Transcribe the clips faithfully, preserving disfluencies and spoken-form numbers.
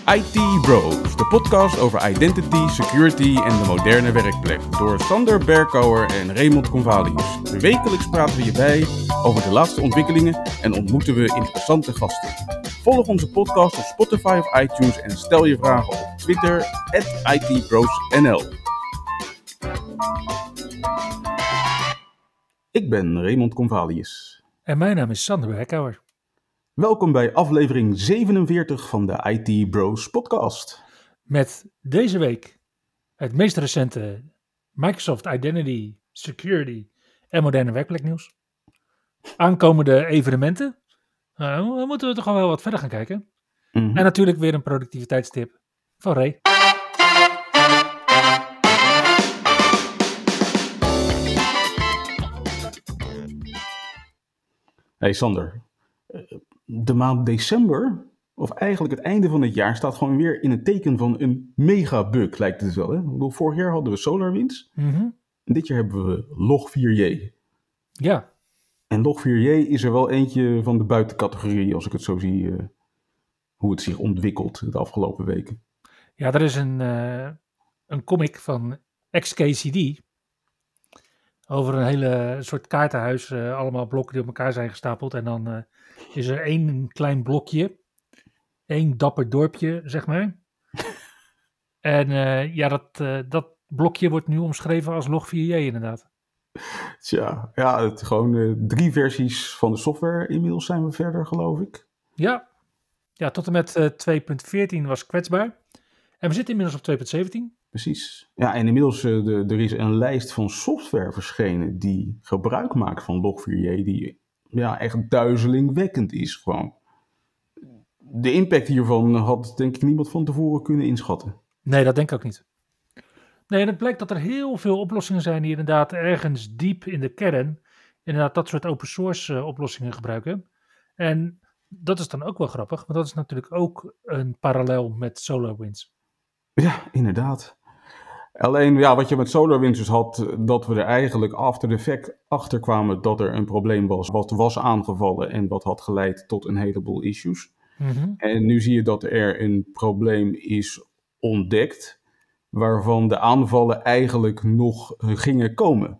I T Bros, de podcast over identity, security en de moderne werkplek. Door Sander Berkouwer en Raymond Convalius. Wekelijks praten we je bij over de laatste ontwikkelingen en ontmoeten we interessante gasten. Volg onze podcast op Spotify of iTunes en stel je vragen op Twitter at I T Bros N L. Ik ben Raymond Convalius. En mijn naam is Sander Berkouwer. Welkom bij aflevering zevenenveertig van de I T Bros podcast. Met deze week het meest recente Microsoft Identity, Security en moderne werkpleknieuws. Aankomende evenementen. Uh, dan moeten we toch wel wat verder gaan kijken. Mm-hmm. En natuurlijk weer een productiviteitstip van Ray. Hey Sander, de maand december, of eigenlijk het einde van het jaar, staat gewoon weer in het teken van een megabug, lijkt het wel. Hè? Ik bedoel, vorig jaar hadden we SolarWinds Mm-hmm. en dit jaar hebben we log vier j. Ja. En log vier j is er wel eentje van de buitencategorie, als ik het zo zie, uh, hoe het zich ontwikkelt de afgelopen weken. Ja, er is een, uh, een comic van X K C D over een hele soort kaartenhuis, uh, allemaal blokken die op elkaar zijn gestapeld. En dan uh, is er één klein blokje, één dapper dorpje, zeg maar. En uh, ja, dat, uh, dat blokje wordt nu omschreven als log vier j inderdaad. Tja, ja, het, gewoon uh, drie versies van de software inmiddels zijn we verder, geloof ik. Ja, ja tot en met uh, twee punt veertien was kwetsbaar. En we zitten inmiddels op twee punt zeventien. Precies. Ja, en inmiddels uh, de, er is een lijst van software verschenen die gebruik maakt van log vier j, die ja, echt duizelingwekkend is gewoon. De impact hiervan had denk ik niemand van tevoren kunnen inschatten. Nee, dat denk ik ook niet. Nee, en het blijkt dat er heel veel oplossingen zijn die inderdaad ergens diep in de kern inderdaad dat soort open source uh, oplossingen gebruiken. En dat is dan ook wel grappig, want dat is natuurlijk ook een parallel met SolarWinds. Ja, inderdaad. Alleen ja, wat je met SolarWinds dus had, dat we er eigenlijk after the fact achter kwamen dat er een probleem was, wat was aangevallen en wat had geleid tot een heleboel issues. Mm-hmm. En nu zie je dat er een probleem is ontdekt, waarvan de aanvallen eigenlijk nog gingen komen.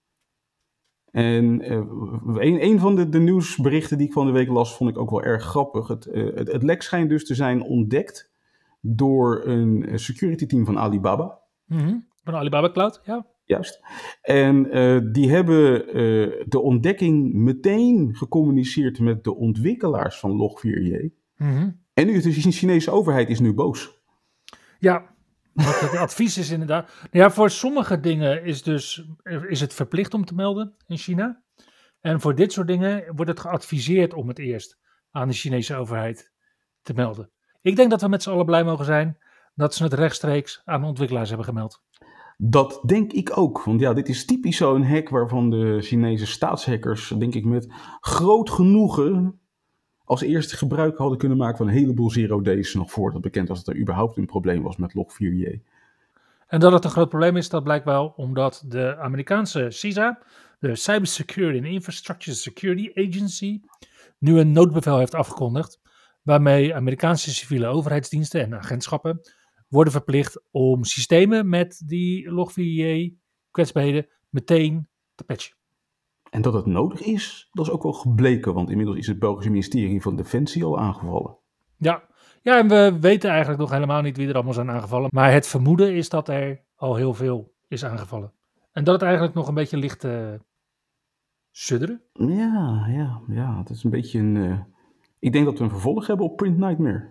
En uh, een, een van de, de nieuwsberichten die ik van de week las, vond ik ook wel erg grappig. Het, uh, het, het lek schijnt dus te zijn ontdekt door een security team van Alibaba. Mm-hmm. Van Alibaba Cloud, ja. Juist. En uh, die hebben uh, de ontdekking meteen gecommuniceerd met de ontwikkelaars van log vier j. Mm-hmm. En nu is de Chinese overheid is nu boos. Ja, wat het advies is inderdaad. Ja, voor sommige dingen is, dus, is het verplicht om te melden in China. En voor dit soort dingen wordt het geadviseerd om het eerst aan de Chinese overheid te melden. Ik denk dat we met z'n allen blij mogen zijn dat ze het rechtstreeks aan de ontwikkelaars hebben gemeld. Dat denk ik ook. Want ja, dit is typisch zo'n hack waarvan de Chinese staatshackers, denk ik, met groot genoegen als eerste gebruik hadden kunnen maken van een heleboel zero days nog voordat bekend was dat er überhaupt een probleem was met log vier j. En dat het een groot probleem is, dat blijkt wel omdat de Amerikaanse C I S A, de Cybersecurity and Infrastructure Security Agency, nu een noodbevel heeft afgekondigd, waarmee Amerikaanse civiele overheidsdiensten en agentschappen worden verplicht om systemen met die log vier j kwetsbaarheden meteen te patchen. En dat het nodig is, dat is ook wel gebleken, want inmiddels is het Belgische ministerie van Defensie al aangevallen. Ja, ja, en we weten eigenlijk nog helemaal niet wie er allemaal zijn aangevallen, maar het vermoeden is dat er al heel veel is aangevallen. En dat het eigenlijk nog een beetje ligt te uh, sudderen. Ja, ja, ja, het is een beetje een... Uh... Ik denk dat we een vervolg hebben op Print Nightmare.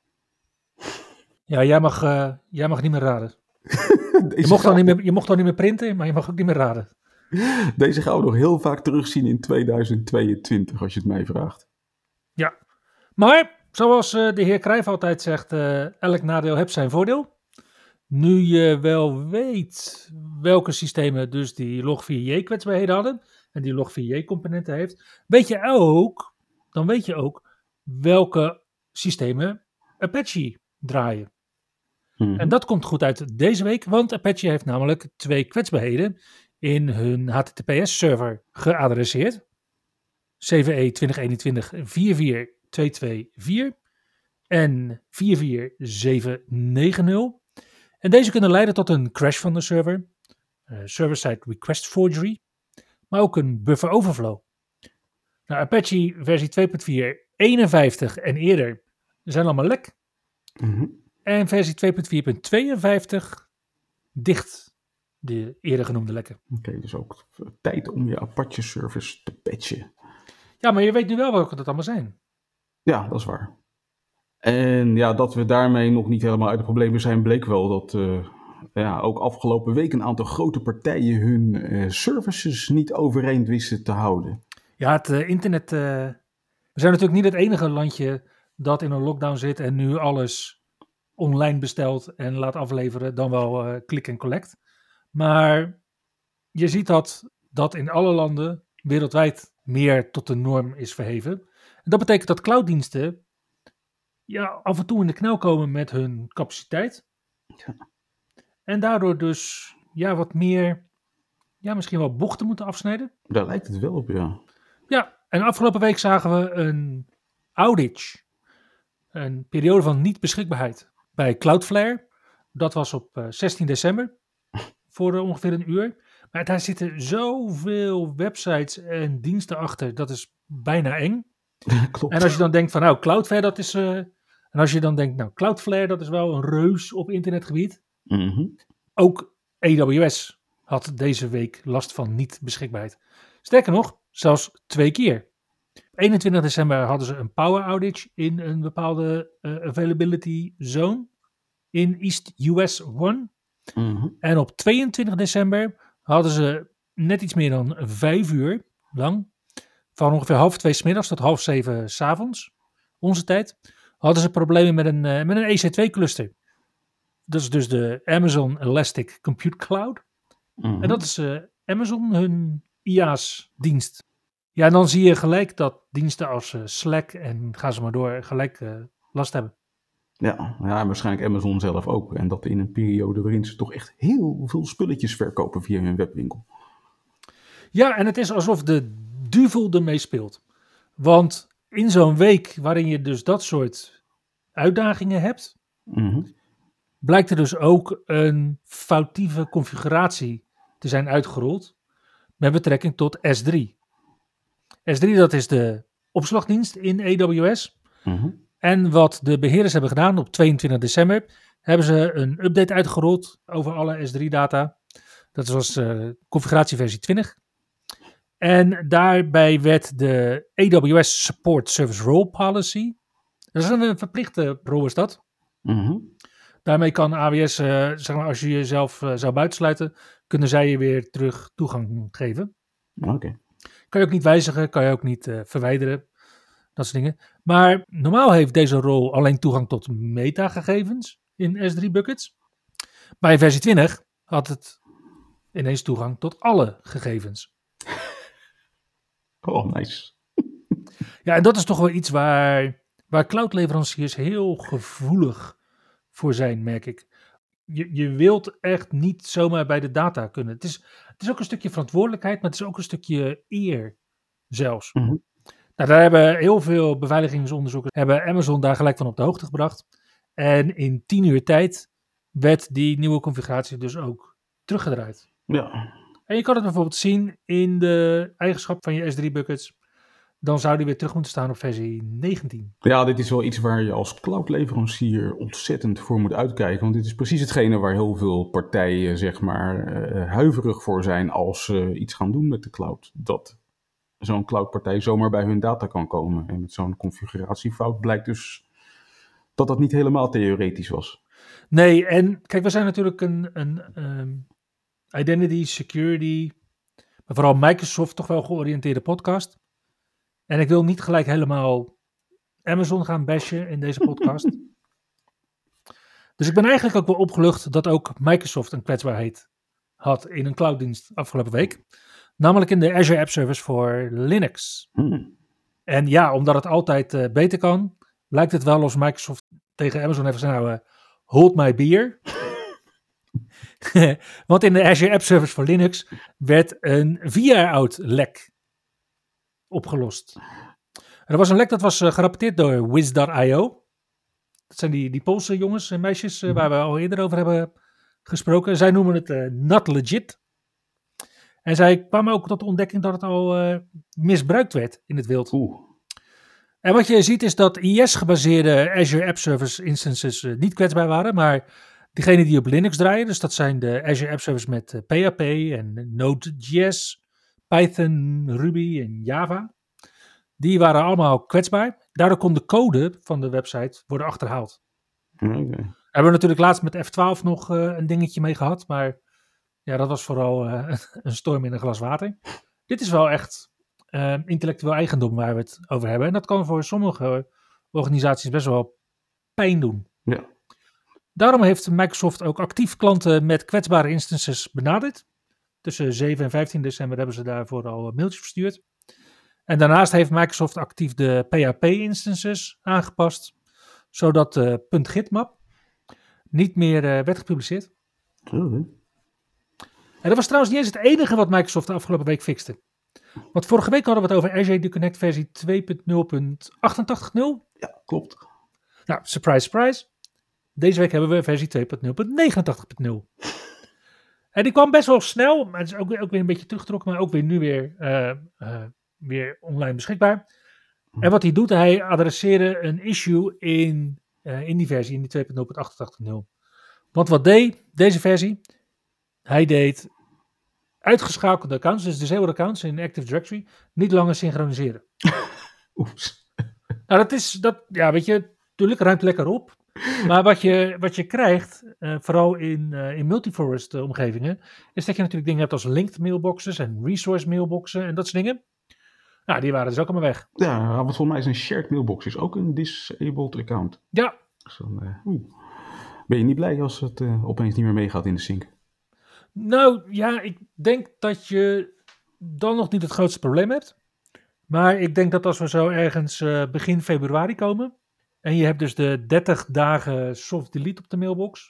Ja, jij mag, uh, jij mag niet meer raden. je, mocht al niet meer, je mocht al niet meer printen, maar je mag ook niet meer raden. Deze gaan we nog heel vaak terugzien in tweeduizend tweeëntwintig, als je het mij vraagt. Ja, maar zoals uh, de heer Cruijff altijd zegt, uh, elk nadeel heeft zijn voordeel. Nu je wel weet welke systemen dus die log vier j kwetsbaarheden hadden en die log vier j componenten heeft, weet je ook, dan weet je ook welke systemen Apache draaien. Hmm. En dat komt goed uit deze week, want Apache heeft namelijk twee kwetsbaarheden in hun H T T P S-server geadresseerd. C V E twintig eenentwintig vierentveertig tweehonderdvierenveertig en vier vier zeven negen nul. En deze kunnen leiden tot een crash van de server, uh, server-side request forgery, maar ook een buffer overflow. Nou, Apache versie twee punt vier eenenvijftig en eerder zijn allemaal lek. Mm-hmm. En versie twee punt vier punt tweeënvijftig dicht de eerder genoemde lekken. Oké, okay, dus ook tijd om je Apache service te patchen. Ja, maar je weet nu wel welke dat allemaal zijn. Ja, dat is waar. En ja, dat we daarmee nog niet helemaal uit de problemen zijn, bleek wel dat uh, ja, ook afgelopen week een aantal grote partijen hun uh, services niet overeind wisten te houden. Ja, het uh, internet... Uh, we zijn natuurlijk niet het enige landje dat in een lockdown zit en nu alles online bestelt en laat afleveren, dan wel uh, click and collect. Maar je ziet dat dat in alle landen wereldwijd meer tot de norm is verheven. En dat betekent dat clouddiensten ja, af en toe in de knel komen met hun capaciteit. Ja. En daardoor dus ja, wat meer, ja, misschien wel bochten moeten afsnijden. Daar lijkt het wel op, ja. Ja, en afgelopen week zagen we een outage. Een periode van niet-beschikbaarheid bij Cloudflare. Dat was op uh, zestien december. Voor uh, ongeveer een uur. Maar daar zitten zoveel websites en diensten achter. Dat is bijna eng. Klopt. En als je dan denkt van nou, Cloudflare dat is... Uh, en als je dan denkt, nou, Cloudflare dat is wel een reus op internetgebied. Mm-hmm. Ook A W S had deze week last van niet-beschikbaarheid. Sterker nog, zelfs twee keer. Op eenentwintig december hadden ze een power outage in een bepaalde uh, availability zone in East U S één. Mm-hmm. En op tweeëntwintig december hadden ze net iets meer dan vijf uur lang, van ongeveer half twee 's middags tot half zeven 's avonds, onze tijd, hadden ze problemen met een, uh, met een E C twee cluster. Dat is dus de Amazon Elastic Compute Cloud. Mm-hmm. En dat is uh, Amazon, hun I A S-dienst. Ja, en dan zie je gelijk dat diensten als uh, Slack en ga ze maar door gelijk uh, last hebben. Ja, ja, en waarschijnlijk Amazon zelf ook. En dat in een periode waarin ze toch echt heel veel spulletjes verkopen via hun webwinkel. Ja, en het is alsof de duivel ermee speelt. Want in zo'n week waarin je dus dat soort uitdagingen hebt, Mm-hmm. blijkt er dus ook een foutieve configuratie te zijn uitgerold met betrekking tot S drie. S drie, dat is de opslagdienst in A W S. Mm-hmm. En wat de beheerders hebben gedaan op tweeëntwintig december, hebben ze een update uitgerold over alle S drie data. Dat was uh, configuratieversie twintig. En daarbij werd de A W S Support Service Role Policy. Dat is een verplichte rol, is dat. Mm-hmm. Daarmee kan A W S, uh, zeg maar, als je jezelf uh, zou buitensluiten, kunnen zij je weer terug toegang geven. Oké. Okay. Kan je ook niet wijzigen, kan je ook niet uh, verwijderen. Dat soort dingen. Maar normaal heeft deze rol alleen toegang tot metagegevens in S drie buckets. Bij versie twintig had het ineens toegang tot alle gegevens. Oh, nice. Ja, en dat is toch wel iets waar, waar cloudleveranciers heel gevoelig voor zijn, merk ik. Je, je wilt echt niet zomaar bij de data kunnen. Het is, het is ook een stukje verantwoordelijkheid, maar het is ook een stukje eer zelfs. Mm-hmm. Nou, daar hebben heel veel beveiligingsonderzoekers hebben Amazon daar gelijk van op de hoogte gebracht. En in tien uur tijd werd die nieuwe configuratie dus ook teruggedraaid. Ja. En je kan het bijvoorbeeld zien in de eigenschap van je S drie buckets. Dan zou die weer terug moeten staan op versie negentien. Ja, dit is wel iets waar je als cloudleverancier ontzettend voor moet uitkijken. Want dit is precies hetgene waar heel veel partijen, zeg maar, uh, huiverig voor zijn als ze uh, iets gaan doen met de cloud. Dat zo'n cloudpartij zomaar bij hun data kan komen. En met zo'n configuratiefout blijkt dus dat dat niet helemaal theoretisch was. Nee, en kijk, we zijn natuurlijk een, een um, identity, security, maar vooral Microsoft toch wel georiënteerde podcast. En ik wil niet gelijk helemaal Amazon gaan bashen in deze podcast. Dus ik ben eigenlijk ook wel opgelucht dat ook Microsoft een kwetsbaarheid had in een clouddienst afgelopen week. Namelijk in de Azure App Service voor Linux. Hmm. En ja, omdat het altijd uh, beter kan, lijkt het wel alsof Microsoft tegen Amazon heeft gezegd, nou, uh, hold my beer. Want in de Azure App Service voor Linux werd een vier jaar oud lek opgelost. Er was een lek dat was uh, gerapporteerd door Wiz punt i o. Dat zijn die, die Poolse jongens en meisjes uh, waar we al eerder over hebben gesproken. Zij noemen het uh, not legit. En zij kwamen ook tot de ontdekking dat het al uh, misbruikt werd in het wild. Oeh. En wat je ziet is dat I S-gebaseerde Azure App Service instances uh, niet kwetsbaar waren, maar diegenen die op Linux draaien, dus dat zijn de Azure App Service met uh, P H P en Node.js, Python, Ruby en Java, die waren allemaal kwetsbaar. Daardoor kon de code van de website worden achterhaald. Okay. Hebben we natuurlijk laatst met F twaalf nog uh, een dingetje mee gehad, maar ja, dat was vooral uh, een storm in een glas water. Dit is wel echt uh, intellectueel eigendom waar we het over hebben. En dat kan voor sommige organisaties best wel pijn doen. Ja. Daarom heeft Microsoft ook actief klanten met kwetsbare instances benaderd. Tussen zeven en vijftien december hebben ze daarvoor al mailtjes verstuurd. En daarnaast heeft Microsoft actief de P H P-instances aangepast, zodat de .gitmap niet meer uh, werd gepubliceerd. Okay. En dat was trouwens niet eens het enige wat Microsoft de afgelopen week fixte. Want vorige week hadden we het over Azure Connect versie twee punt nul punt achtentachtig punt nul. Ja, klopt. Nou, surprise, surprise. Deze week hebben we versie twee punt nul punt negenentachtig punt nul. En die kwam best wel snel, maar het is ook, ook weer een beetje teruggetrokken, maar ook weer nu weer, uh, uh, weer online beschikbaar. En wat hij doet, hij adresseerde een issue in, uh, in die versie, in die twee punt nul punt achtentachtig punt nul. Want wat deed deze versie? Hij deed uitgeschakelde accounts, dus disabled accounts in Active Directory, niet langer synchroniseren. Oeps. Nou, dat is, dat, ja, weet je, natuurlijk ruimt lekker op. Maar wat je, wat je krijgt, uh, vooral in, uh, in multiforest uh, omgevingen, is dat je natuurlijk dingen hebt als linked mailboxes en resource mailboxen en dat soort dingen. Nou, die waren dus ook allemaal weg. Ja, wat volgens mij is een shared mailbox, is ook een disabled account. Ja. Dus dan, uh, oeh. Ben je niet blij als het uh, opeens niet meer meegaat in de sync? Nou, ja, ik denk dat je dan nog niet het grootste probleem hebt. Maar ik denk dat als we zo ergens uh, begin februari komen, en je hebt dus de dertig dagen soft delete op de mailbox,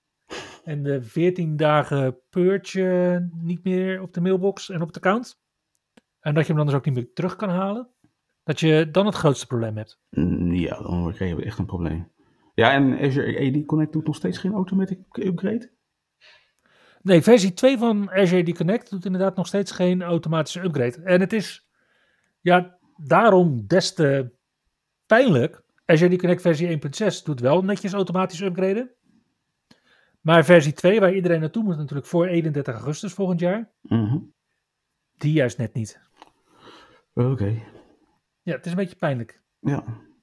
en de veertien dagen purge uh, niet meer op de mailbox en op het account, en dat je hem dan dus ook niet meer terug kan halen, dat je dan het grootste probleem hebt. Ja, dan krijg je echt een probleem. Ja, en Azure A D Connect doet nog steeds geen automatic upgrade? Nee, versie twee van Azure A D Connect doet inderdaad nog steeds geen automatische upgrade. En het is, ja, daarom des te pijnlijk. Azure A D Connect versie één punt zes doet wel netjes automatisch upgraden. Maar versie twee, waar iedereen naartoe moet natuurlijk voor eenendertig augustus volgend jaar, Mm-hmm. die juist net niet. Oké. Okay. Ja, het is een beetje pijnlijk. Ja.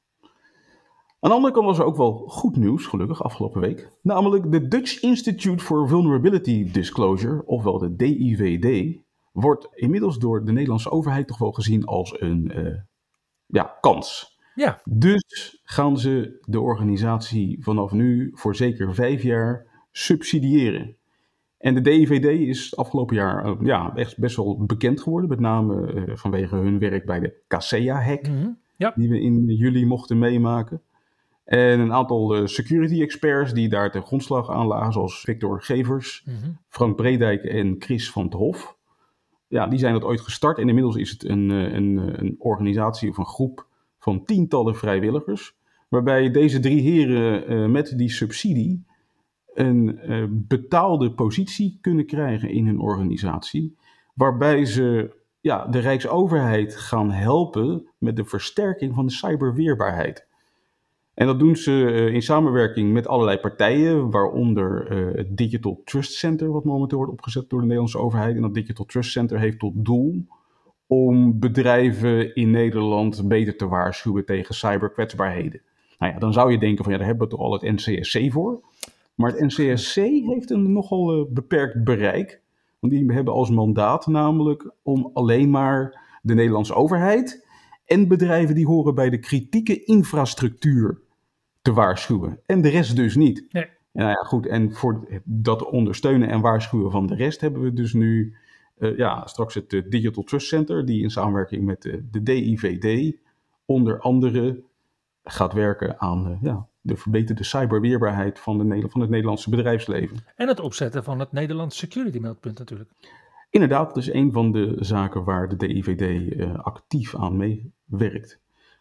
Aan de andere kant was er ook wel goed nieuws, gelukkig, afgelopen week. Namelijk de Dutch Institute for Vulnerability Disclosure, ofwel de D I V D, wordt inmiddels door de Nederlandse overheid toch wel gezien als een uh, ja, kans. Ja. Dus gaan ze de organisatie vanaf nu voor zeker vijf jaar subsidiëren. En de D I V D is afgelopen jaar uh, ja, echt best wel bekend geworden, met name uh, vanwege hun werk bij de Kaseya-hack, Mm-hmm. Ja. die we in juli mochten meemaken. En een aantal uh, security experts die daar ten grondslag aan lagen, zoals Victor Gevers, Mm-hmm. Frank Bredijk en Chris van 't Hof. Ja, die zijn dat ooit gestart en inmiddels is het een, een, een organisatie of een groep van tientallen vrijwilligers, waarbij deze drie heren uh, met die subsidie een uh, betaalde positie kunnen krijgen in hun organisatie, waarbij ze ja, de Rijksoverheid gaan helpen met de versterking van de cyberweerbaarheid. En dat doen ze uh, in samenwerking met allerlei partijen, waaronder uh, het Digital Trust Center, wat momenteel wordt opgezet door de Nederlandse overheid. En dat Digital Trust Center heeft tot doel om bedrijven in Nederland beter te waarschuwen tegen cyberkwetsbaarheden. Nou ja, dan zou je denken van ja, daar hebben we toch al het N C S C voor. Maar het N C S C heeft een nogal uh, beperkt bereik. Want die hebben als mandaat namelijk om alleen maar de Nederlandse overheid en bedrijven die horen bij de kritieke infrastructuur te waarschuwen. En de rest dus niet. Nee. Nou ja, goed. En voor dat ondersteunen en waarschuwen van de rest hebben we dus nu uh, ja, straks het uh, Digital Trust Center, die in samenwerking met uh, de D I V D onder andere gaat werken aan uh, ja, de verbeterde cyberweerbaarheid van, de, van het Nederlandse bedrijfsleven. En het opzetten van het Nederlands security meldpunt natuurlijk. Inderdaad, dat is een van de zaken waar de D I V D uh, actief aan meewerkt.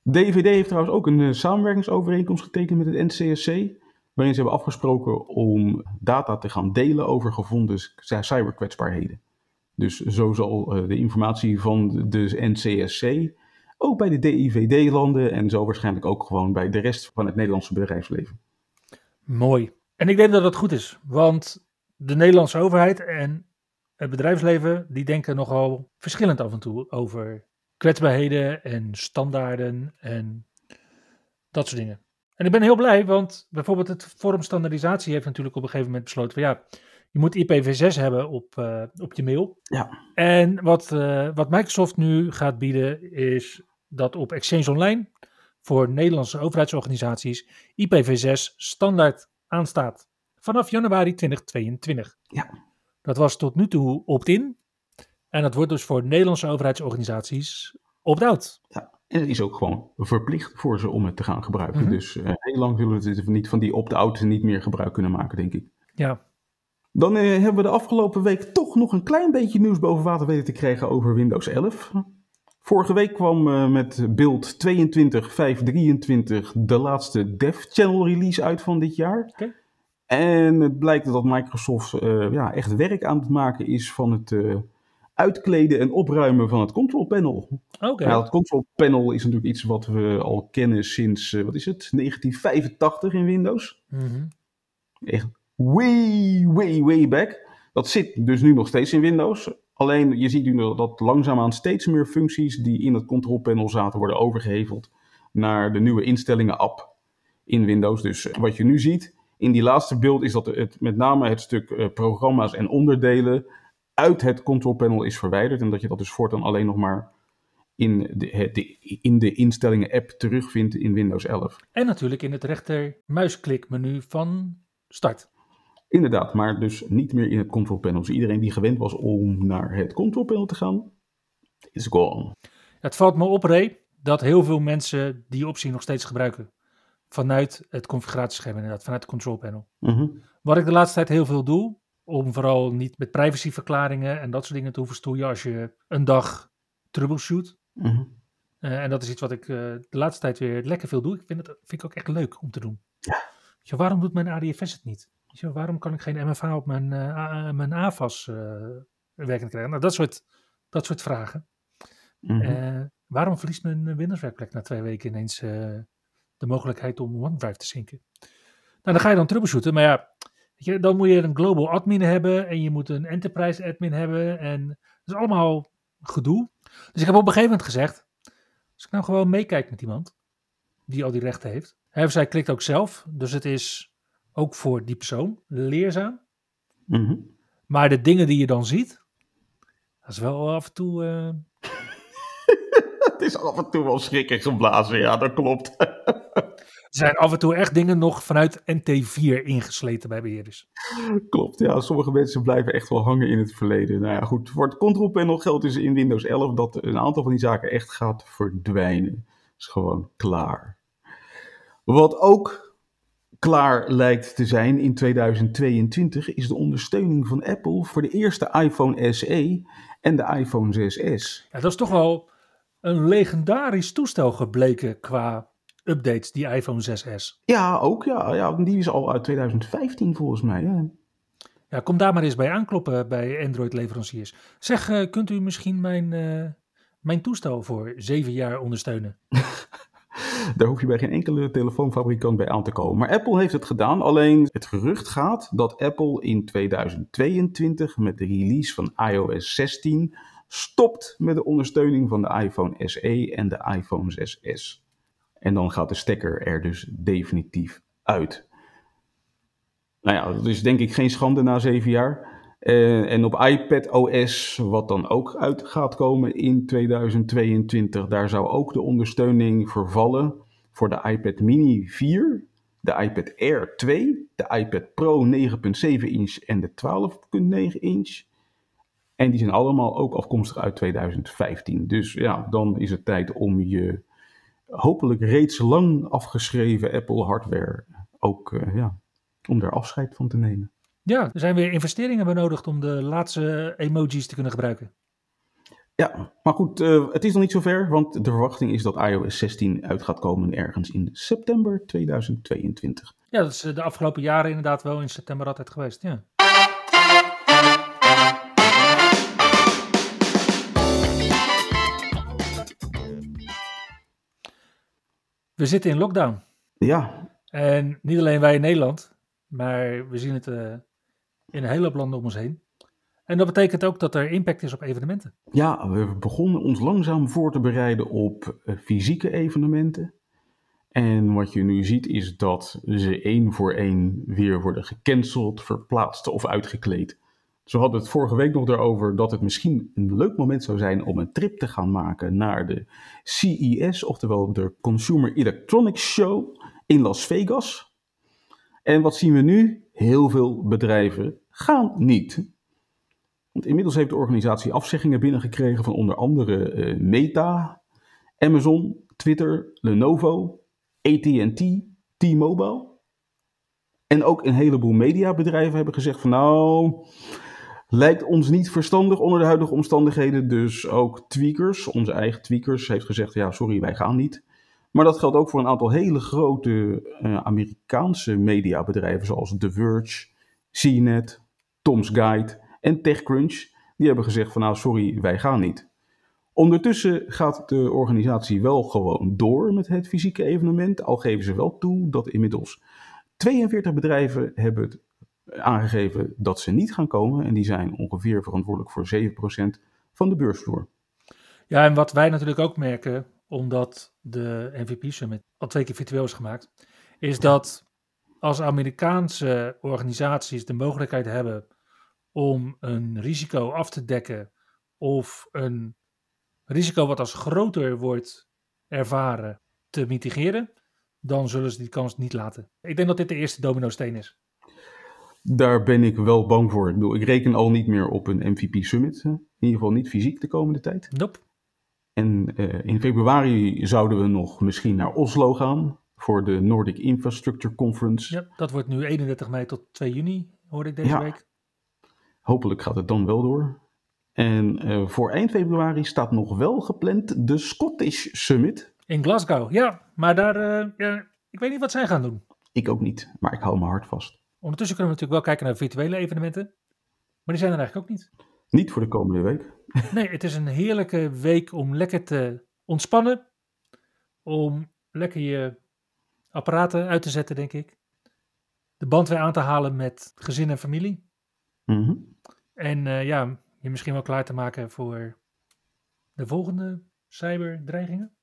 D I V D heeft trouwens ook een uh, samenwerkingsovereenkomst getekend met het N C S C, waarin ze hebben afgesproken om data te gaan delen over gevonden cyberkwetsbaarheden. Dus zo zal uh, de informatie van de N C S C ook bij de D I V D landen en zo waarschijnlijk ook gewoon bij de rest van het Nederlandse bedrijfsleven. Mooi. En ik denk dat dat goed is, want de Nederlandse overheid en het bedrijfsleven, die denken nogal verschillend af en toe over kwetsbaarheden en standaarden en dat soort dingen. En ik ben heel blij, want bijvoorbeeld het Forum Standaardisatie heeft natuurlijk op een gegeven moment besloten van ja, je moet I P v zes hebben op, uh, op je mail. Ja. En wat, uh, wat Microsoft nu gaat bieden is dat op Exchange Online voor Nederlandse overheidsorganisaties I P v zes standaard aanstaat vanaf januari twintig tweeëntwintig. Ja. Dat was tot nu toe opt-in en dat wordt dus voor Nederlandse overheidsorganisaties opt-out. Ja. En het is ook gewoon verplicht voor ze om het te gaan gebruiken. Mm-hmm. Dus uh, heel lang zullen ze niet van die opt-out niet meer gebruik kunnen maken, denk ik. Ja. Dan uh, hebben we de afgelopen week toch nog een klein beetje nieuws boven water weten te krijgen over Windows elf. Vorige week kwam uh, met build tweeëntwintig punt vijf punt drieëntwintig de laatste dev channel release uit van dit jaar. Okay. En het blijkt dat Microsoft uh, ja, echt werk aan het maken is van het uh, uitkleden en opruimen van het control panel. Okay. Nou, het control panel is natuurlijk iets wat we al kennen sinds, uh, wat is het, negentien vijfentachtig in Windows. Mm-hmm. Echt way, way, way back. Dat zit dus nu nog steeds in Windows. Alleen je ziet nu dat langzaamaan steeds meer functies die in het control panel zaten worden overgeheveld naar de nieuwe instellingen app in Windows. Dus wat je nu ziet in die laatste beeld is dat het met name het stuk uh, programma's en onderdelen uit het control panel is verwijderd. En dat je dat dus voortaan alleen nog maar in de, de, in de instellingen app terugvindt in Windows elf. En natuurlijk in het rechter muisklikmenu van start. Inderdaad, maar dus niet meer in het control panel. Dus iedereen die gewend was om naar het control panel te gaan, is gone. Het valt me op, Ray, dat heel veel mensen die optie nog steeds gebruiken. Vanuit het configuratiescherm inderdaad, vanuit het control panel. Mm-hmm. Wat ik de laatste tijd heel veel doe, om vooral niet met privacyverklaringen en dat soort dingen te hoeven stoeien als je een dag troubleshoot. Mm-hmm. Uh, en dat is iets wat ik uh, de laatste tijd weer lekker veel doe. Ik vind het vind ik ook echt leuk om te doen. Ja. Je, waarom doet mijn A D F S het niet? Je, waarom kan ik geen M F A op mijn, uh, A, mijn A V A S uh, werkend krijgen? Nou, dat soort, dat soort vragen. Mm-hmm. Uh, waarom verliest mijn Windows-werkplek na twee weken ineens uh, de mogelijkheid om OneDrive te zinken? Nou, dan ga je dan troubleshooten. Maar ja, weet je, dan moet je een global admin hebben en je moet een enterprise admin hebben. En dat is allemaal gedoe. Dus ik heb op een gegeven moment gezegd, als ik nou gewoon meekijk met iemand die al die rechten heeft. Hij of zij klikt ook zelf, dus het is ook voor die persoon leerzaam. Mm-hmm. Maar de dingen die je dan ziet, dat is wel af en toe... Uh... Het is af en toe wel schrikken geblazen, ja, dat klopt. Er zijn af en toe echt dingen nog vanuit N T vier ingesleten bij beheerders. Klopt, ja. Sommige mensen blijven echt wel hangen in het verleden. Nou ja, goed. Voor het control panel geldt dus in Windows elf dat een aantal van die zaken echt gaat verdwijnen. Dat is gewoon klaar. Wat ook klaar lijkt te zijn in tweeduizend tweeëntwintig is de ondersteuning van Apple voor de eerste iPhone S E en de iPhone zes S. Ja, dat is toch wel een legendarisch toestel gebleken qua updates, die iPhone zes S. Ja, ook ja. ja. Die is al uit tweeduizend vijftien volgens mij. Ja. Ja, kom daar maar eens bij aankloppen bij Android-leveranciers. Zeg, uh, kunt u misschien mijn, uh, mijn toestel voor zeven jaar ondersteunen? Daar hoef je bij geen enkele telefoonfabrikant bij aan te komen. Maar Apple heeft het gedaan. Alleen het gerucht gaat dat Apple in tweeduizend tweeëntwintig met de release van i O S zestien stopt met de ondersteuning van de iPhone S E en de iPhone zes S. En dan gaat de stekker er dus definitief uit. Nou ja, dat is denk ik geen schande na zeven jaar. Uh, en op iPadOS, wat dan ook uit gaat komen in tweeduizend tweeëntwintig, daar zou ook de ondersteuning vervallen voor de iPad Mini vier, de iPad Air twee, de iPad Pro negen komma zeven inch en de twaalf komma negen inch. En die zijn allemaal ook afkomstig uit tweeduizend vijftien. Dus ja, dan is het tijd om je hopelijk reeds lang afgeschreven Apple hardware ook uh, ja, om daar afscheid van te nemen. Ja, er zijn weer investeringen benodigd om de laatste emojis te kunnen gebruiken. Ja, maar goed, uh, het is nog niet zover, want de verwachting is dat iOS zestien uit gaat komen ergens in september tweeduizend tweeëntwintig. Ja, dat is de afgelopen jaren inderdaad wel in september altijd geweest, ja. We zitten in lockdown. Ja. En niet alleen wij in Nederland, maar we zien het uh, in een hele hoop landen om ons heen. En dat betekent ook dat er impact is op evenementen. Ja, we begonnen ons langzaam voor te bereiden op uh, fysieke evenementen. En wat je nu ziet is dat ze één voor één weer worden gecanceld, verplaatst of uitgekleed. Zo hadden we het vorige week nog daarover dat het misschien een leuk moment zou zijn om een trip te gaan maken naar de C E S, oftewel de Consumer Electronics Show in Las Vegas. En wat zien we nu? Heel veel bedrijven gaan niet. Want inmiddels heeft de organisatie afzeggingen binnengekregen van onder andere uh, Meta, Amazon, Twitter, Lenovo, A T en T, T-Mobile. En ook een heleboel mediabedrijven hebben gezegd van nou, lijkt ons niet verstandig onder de huidige omstandigheden. Dus ook Tweakers, onze eigen Tweakers, heeft gezegd ja sorry, wij gaan niet. Maar dat geldt ook voor een aantal hele grote uh, Amerikaanse mediabedrijven zoals The Verge, C net, Tom's Guide en TechCrunch. Die hebben gezegd van nou sorry, wij gaan niet. Ondertussen gaat de organisatie wel gewoon door met het fysieke evenement. Al geven ze wel toe dat inmiddels tweeënveertig bedrijven hebben het aangegeven dat ze niet gaan komen. En die zijn ongeveer verantwoordelijk voor zeven procent van de beursvloer. Ja, en wat wij natuurlijk ook merken, omdat de M V P Summit al twee keer virtueel is gemaakt, is dat als Amerikaanse organisaties de mogelijkheid hebben om een risico af te dekken of een risico wat als groter wordt ervaren te mitigeren, dan zullen ze die kans niet laten. Ik denk dat dit de eerste domino-steen is. Daar ben ik wel bang voor. Ik bedoel, ik reken al niet meer op een M V P Summit. In ieder geval niet fysiek de komende tijd. Nope. En uh, in februari zouden we nog misschien naar Oslo gaan voor de Nordic Infrastructure Conference. Ja, dat wordt nu eenendertig mei tot twee juni, hoorde ik deze ja. week. Hopelijk gaat het dan wel door. En uh, voor eind februari staat nog wel gepland de Scottish Summit. In Glasgow, ja. Maar daar, uh, ja, ik weet niet wat zij gaan doen. Ik ook niet, maar ik hou mijn hart vast. Ondertussen kunnen we natuurlijk wel kijken naar virtuele evenementen. Maar die zijn er eigenlijk ook niet. Niet voor de komende week. Nee, het is een heerlijke week om lekker te ontspannen. Om lekker je apparaten uit te zetten, denk ik. De band weer aan te halen met gezin en familie. Mm-hmm. En uh, ja, je misschien wel klaar te maken voor de volgende cyberdreigingen.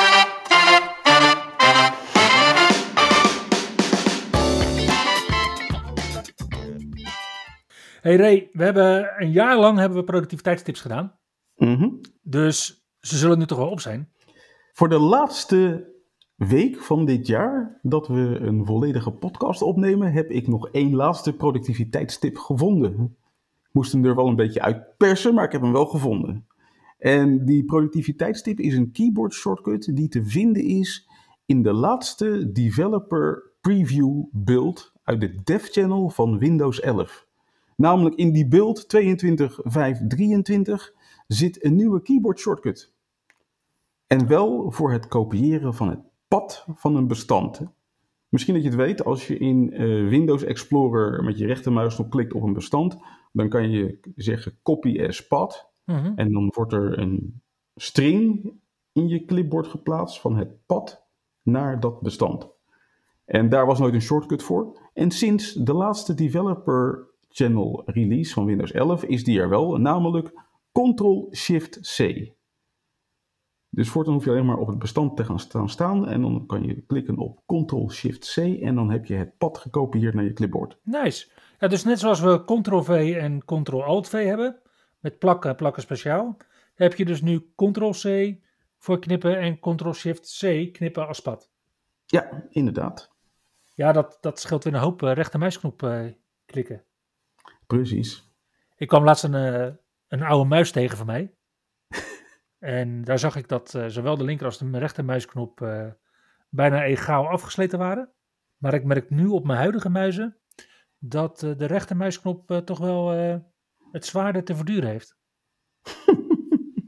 Hey Ray, we hebben een jaar lang hebben we productiviteitstips gedaan. Mm-hmm. Dus ze zullen nu toch wel op zijn. Voor de laatste week van dit jaar dat we een volledige podcast opnemen, heb ik nog één laatste productiviteitstip gevonden. Ik moest hem er wel een beetje uitpersen, maar ik heb hem wel gevonden. En die productiviteitstip is een keyboard shortcut die te vinden is in de laatste developer preview build uit de dev channel van Windows elf. Namelijk in die build tweeëntwintig punt vijf punt drieëntwintig zit een nieuwe keyboard shortcut. En wel voor het kopiëren van het pad van een bestand. Misschien dat je het weet, als je in uh, Windows Explorer met je rechtermuisknop klikt op een bestand, dan kan je zeggen copy as path. Mm-hmm. En dan wordt er een string in je clipboard geplaatst van het pad naar dat bestand. En daar was nooit een shortcut voor. En sinds de laatste developer channel release van Windows elf is die er wel, namelijk control shift C. Dus voortaan hoef je alleen maar op het bestand te gaan staan, staan en dan kan je klikken op control shift C en dan heb je het pad gekopieerd naar je clipboard. Nice. Ja, dus net zoals we control V en control alt V hebben, met plakken, plakken speciaal, heb je dus nu control C voor knippen en control shift C knippen als pad. Ja, inderdaad. Ja, dat, dat scheelt weer een hoop uh, rechtermuisknop uh, klikken. Precies. Ik kwam laatst een, uh, een oude muis tegen van mij. En daar zag ik dat uh, zowel de linker als de rechtermuisknop uh, bijna egaal afgesleten waren. Maar ik merk nu op mijn huidige muizen dat uh, de rechtermuisknop uh, toch wel uh, het zwaarder te verduren heeft.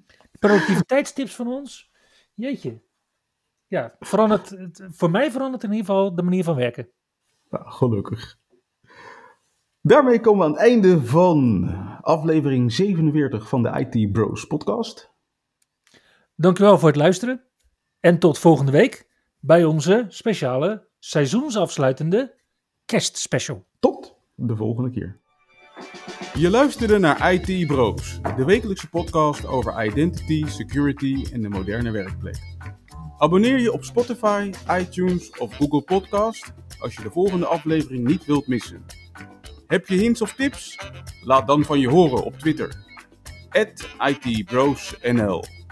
productiviteitstips van ons. Jeetje. Ja, verandert, het- voor mij verandert in ieder geval de manier van werken. Nou, gelukkig. Daarmee komen we aan het einde van aflevering zevenenveertig van de I T Bros podcast. Dankjewel voor het luisteren. En tot volgende week bij onze speciale seizoensafsluitende kerstspecial. Tot de volgende keer. Je luisterde naar I T Bros, de wekelijkse podcast over identity, security en de moderne werkplek. Abonneer je op Spotify, iTunes of Google Podcast als je de volgende aflevering niet wilt missen. Heb je hints of tips? Laat dan van je horen op Twitter. at I T Bros N L